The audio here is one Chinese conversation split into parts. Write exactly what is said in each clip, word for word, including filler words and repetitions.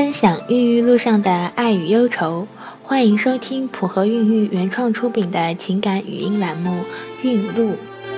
分享孕育路上的爱与忧愁，欢迎收听普和孕育原创出品的情感语音栏目《孕路》。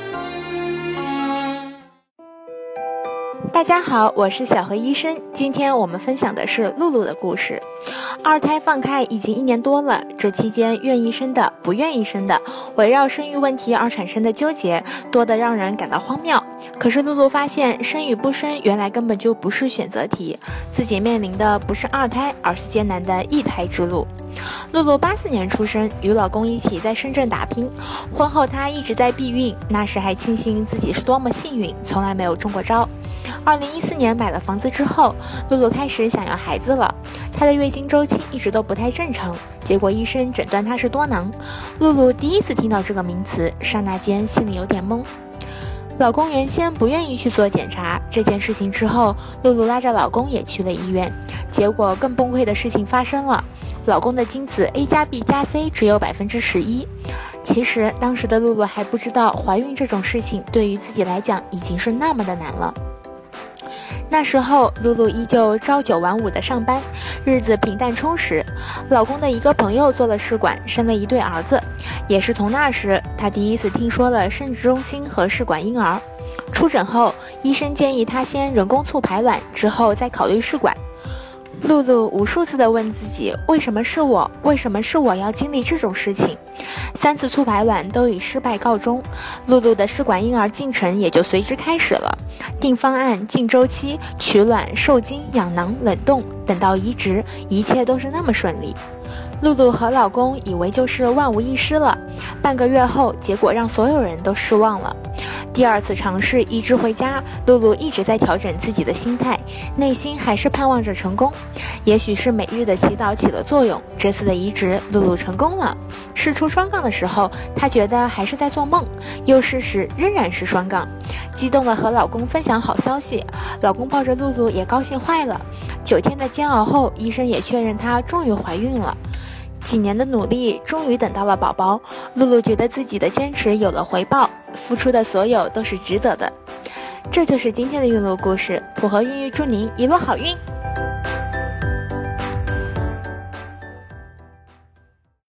大家好，我是小何医生，今天我们分享的是露露的故事。二胎放开已经一年多了，这期间愿意生的、不愿意生的，围绕生育问题而产生的纠结多得让人感到荒谬。可是露露发现，生与不生原来根本就不是选择题，自己面临的不是二胎，而是艰难的一胎之路。露露八四年出生，与老公一起在深圳打拼。婚后她一直在避孕，那时还庆幸自己是多么幸运，从来没有中过招。二零一四年买了房子之后，露露开始想要孩子了。她的月经周期一直都不太正常，结果医生诊断她是多囊。露露第一次听到这个名词，刹那间心里有点懵。老公原先不愿意去做检查，这件事情之后，露露拉着老公也去了医院，结果更崩溃的事情发生了。老公的精子 A 加 B 加 C 只有百分之十一。其实当时的露露还不知道，怀孕这种事情对于自己来讲已经是那么的难了。那时候露露依旧朝九晚五的上班，日子平淡充实。老公的一个朋友做了试管，生了一对儿子。也是从那时，她第一次听说了生殖中心和试管婴儿。出诊后，医生建议她先人工促排卵，之后再考虑试管。露露无数次地问自己，为什么是我？为什么是我要经历这种事情？三次促排卵都以失败告终，露露的试管婴儿进程也就随之开始了。定方案、进周期、取卵、受精、养囊、冷冻，等到移植，一切都是那么顺利。露露和老公以为就是万无一失了，半个月后，结果让所有人都失望了。第二次尝试移植回家，露露一直在调整自己的心态，内心还是盼望着成功。也许是每日的祈祷起了作用，这次的移植，露露成功了。试出双杠的时候，她觉得还是在做梦，又试时仍然是双杠，激动地和老公分享好消息，老公抱着露露也高兴坏了。九天的煎熬后，医生也确认她终于怀孕了。几年的努力终于等到了宝宝，露露觉得自己的坚持有了回报，付出的所有都是值得的。这就是今天的孕路故事，普和孕育祝您一路好运。